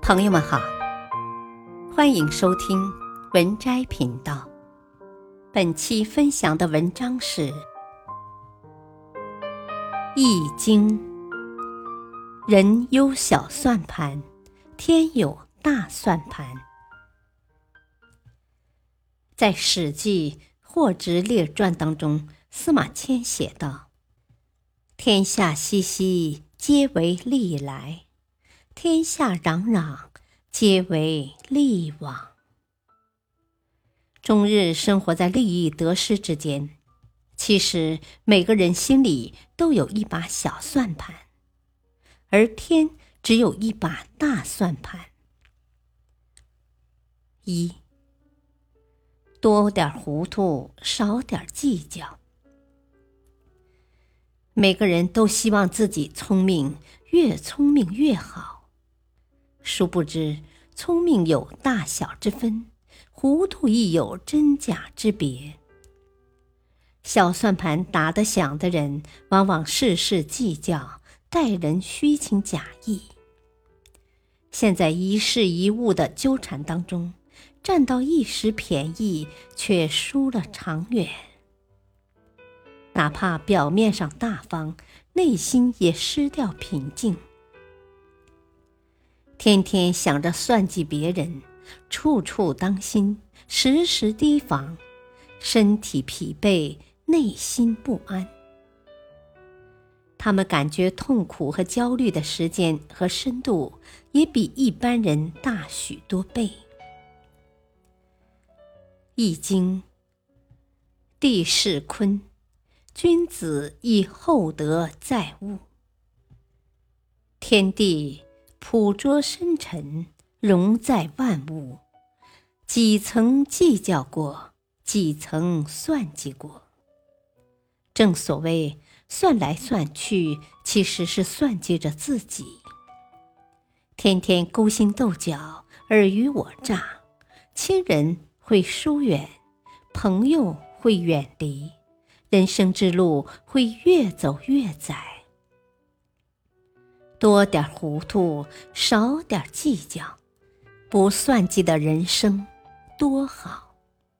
朋友们好，欢迎收听文摘频道。本期分享的文章是《易经》，人有小算盘，天有大算盘。在《史记·霍职列传》当中，司马迁写道：天下熙熙，皆为利来；天下攘攘，皆为利往。终日生活在利益得失之间，其实每个人心里都有一把小算盘，而天只有一把大算盘。一，多点糊涂，少点计较。每个人都希望自己聪明，越聪明越好。殊不知，聪明有大小之分，糊涂亦有真假之别。小算盘打得响的人，往往事事计较，待人虚情假意。陷在一事一物的纠缠当中，占到一时便宜，却输了长远。哪怕表面上大方，内心也失掉平静。天天想着算计别人，处处当心，时时提防，身体疲惫，内心不安。他们感觉痛苦和焦虑的时间和深度，也比一般人大许多倍。易经，地势坤，君子以厚德载物。天地朴拙深沉，容在万物，几曾计较过，几曾算计过。正所谓算来算去，其实是算计着自己。天天勾心斗角，尔虞我诈，亲人会疏远，朋友会远离，人生之路会越走越窄。多点糊涂，少点计较，不算计的人生多好。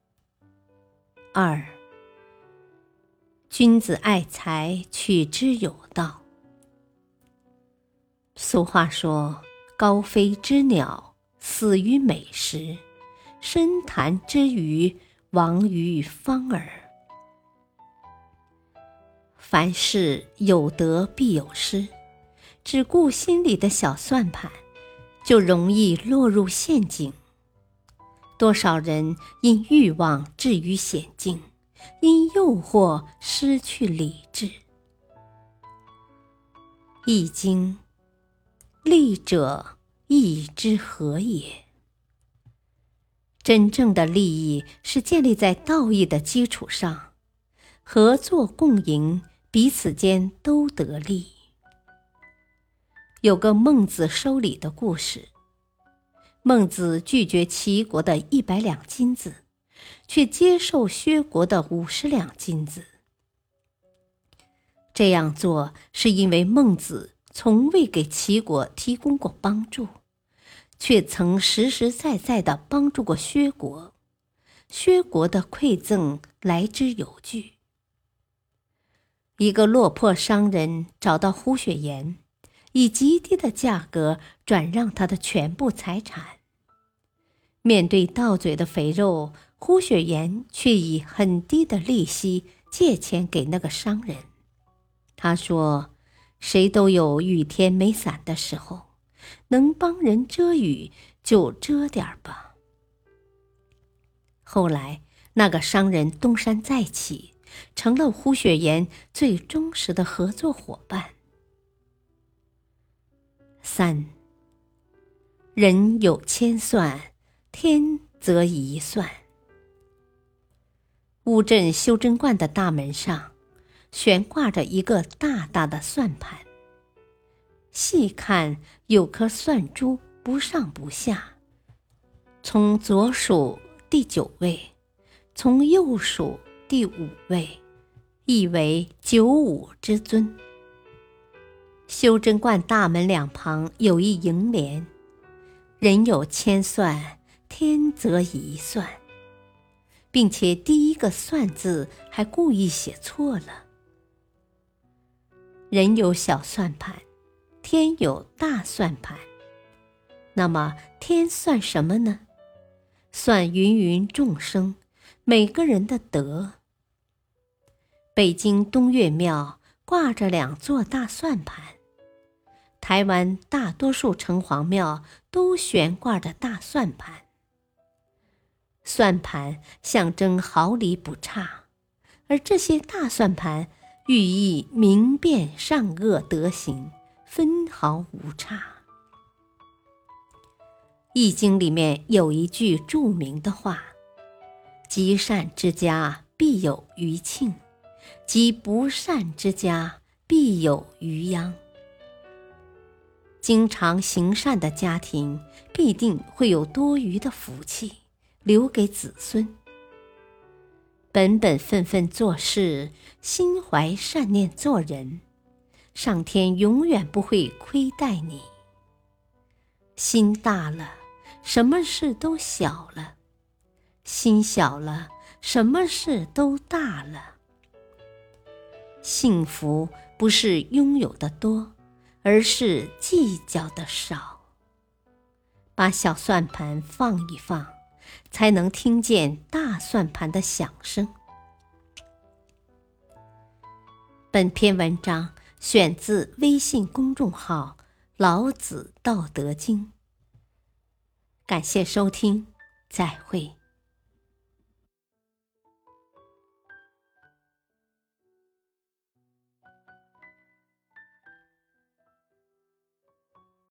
二，君子爱财，取之有道。俗话说，高飞之鸟，死于美食；深潭之鱼，亡于方饵。凡事有得必有失，只顾心里的小算盘，就容易落入陷阱。多少人因欲望置于险境，因诱惑失去理智。易经，利者义之和也。真正的利益是建立在道义的基础上，合作共赢，彼此间都得利。有个孟子收礼的故事。孟子拒绝齐国的100两金子，却接受薛国的50两金子。这样做是因为孟子从未给齐国提供过帮助，却曾实实在在地帮助过薛国，薛国的馈赠来之有据。一个落魄商人找到胡雪岩，以极低的价格转让他的全部财产。面对到嘴的肥肉，胡雪岩却以很低的利息借钱给那个商人。他说，谁都有雨天没伞的时候，能帮人遮雨就遮点吧。后来那个商人东山再起，成了胡雪岩最忠实的合作伙伴。三，人有千算，天则一算。乌镇修真观的大门上悬挂着一个大大的算盘，细看有颗算珠不上不下，从左数第9位，从右数第5位，意为95之尊。修真观大门两旁有一楹联， 人有千算，天则一算，并且第一个算字还故意写错了。人有小算盘，天有大算盘。那么天算什么呢？算芸芸众生，每个人的德。北京东岳庙挂着2座大算盘，台湾大多数城隍庙都悬挂着大算盘。算盘象征毫厘不差，而这些大算盘寓意明辨善恶德行，分毫无差。易经里面有一句著名的话：积善之家必有余庆，积不善之家必有余殃。经常行善的家庭必定会有多余的福气留给子孙。本本分分做事，心怀善念做人，上天永远不会亏待你。心大了，什么事都小了；心小了，什么事都大了。幸福不是拥有的多，而是计较的少。把小算盘放一放，才能听见大算盘的响声。本篇文章选自微信公众号《老子道德经》。感谢收听，再会。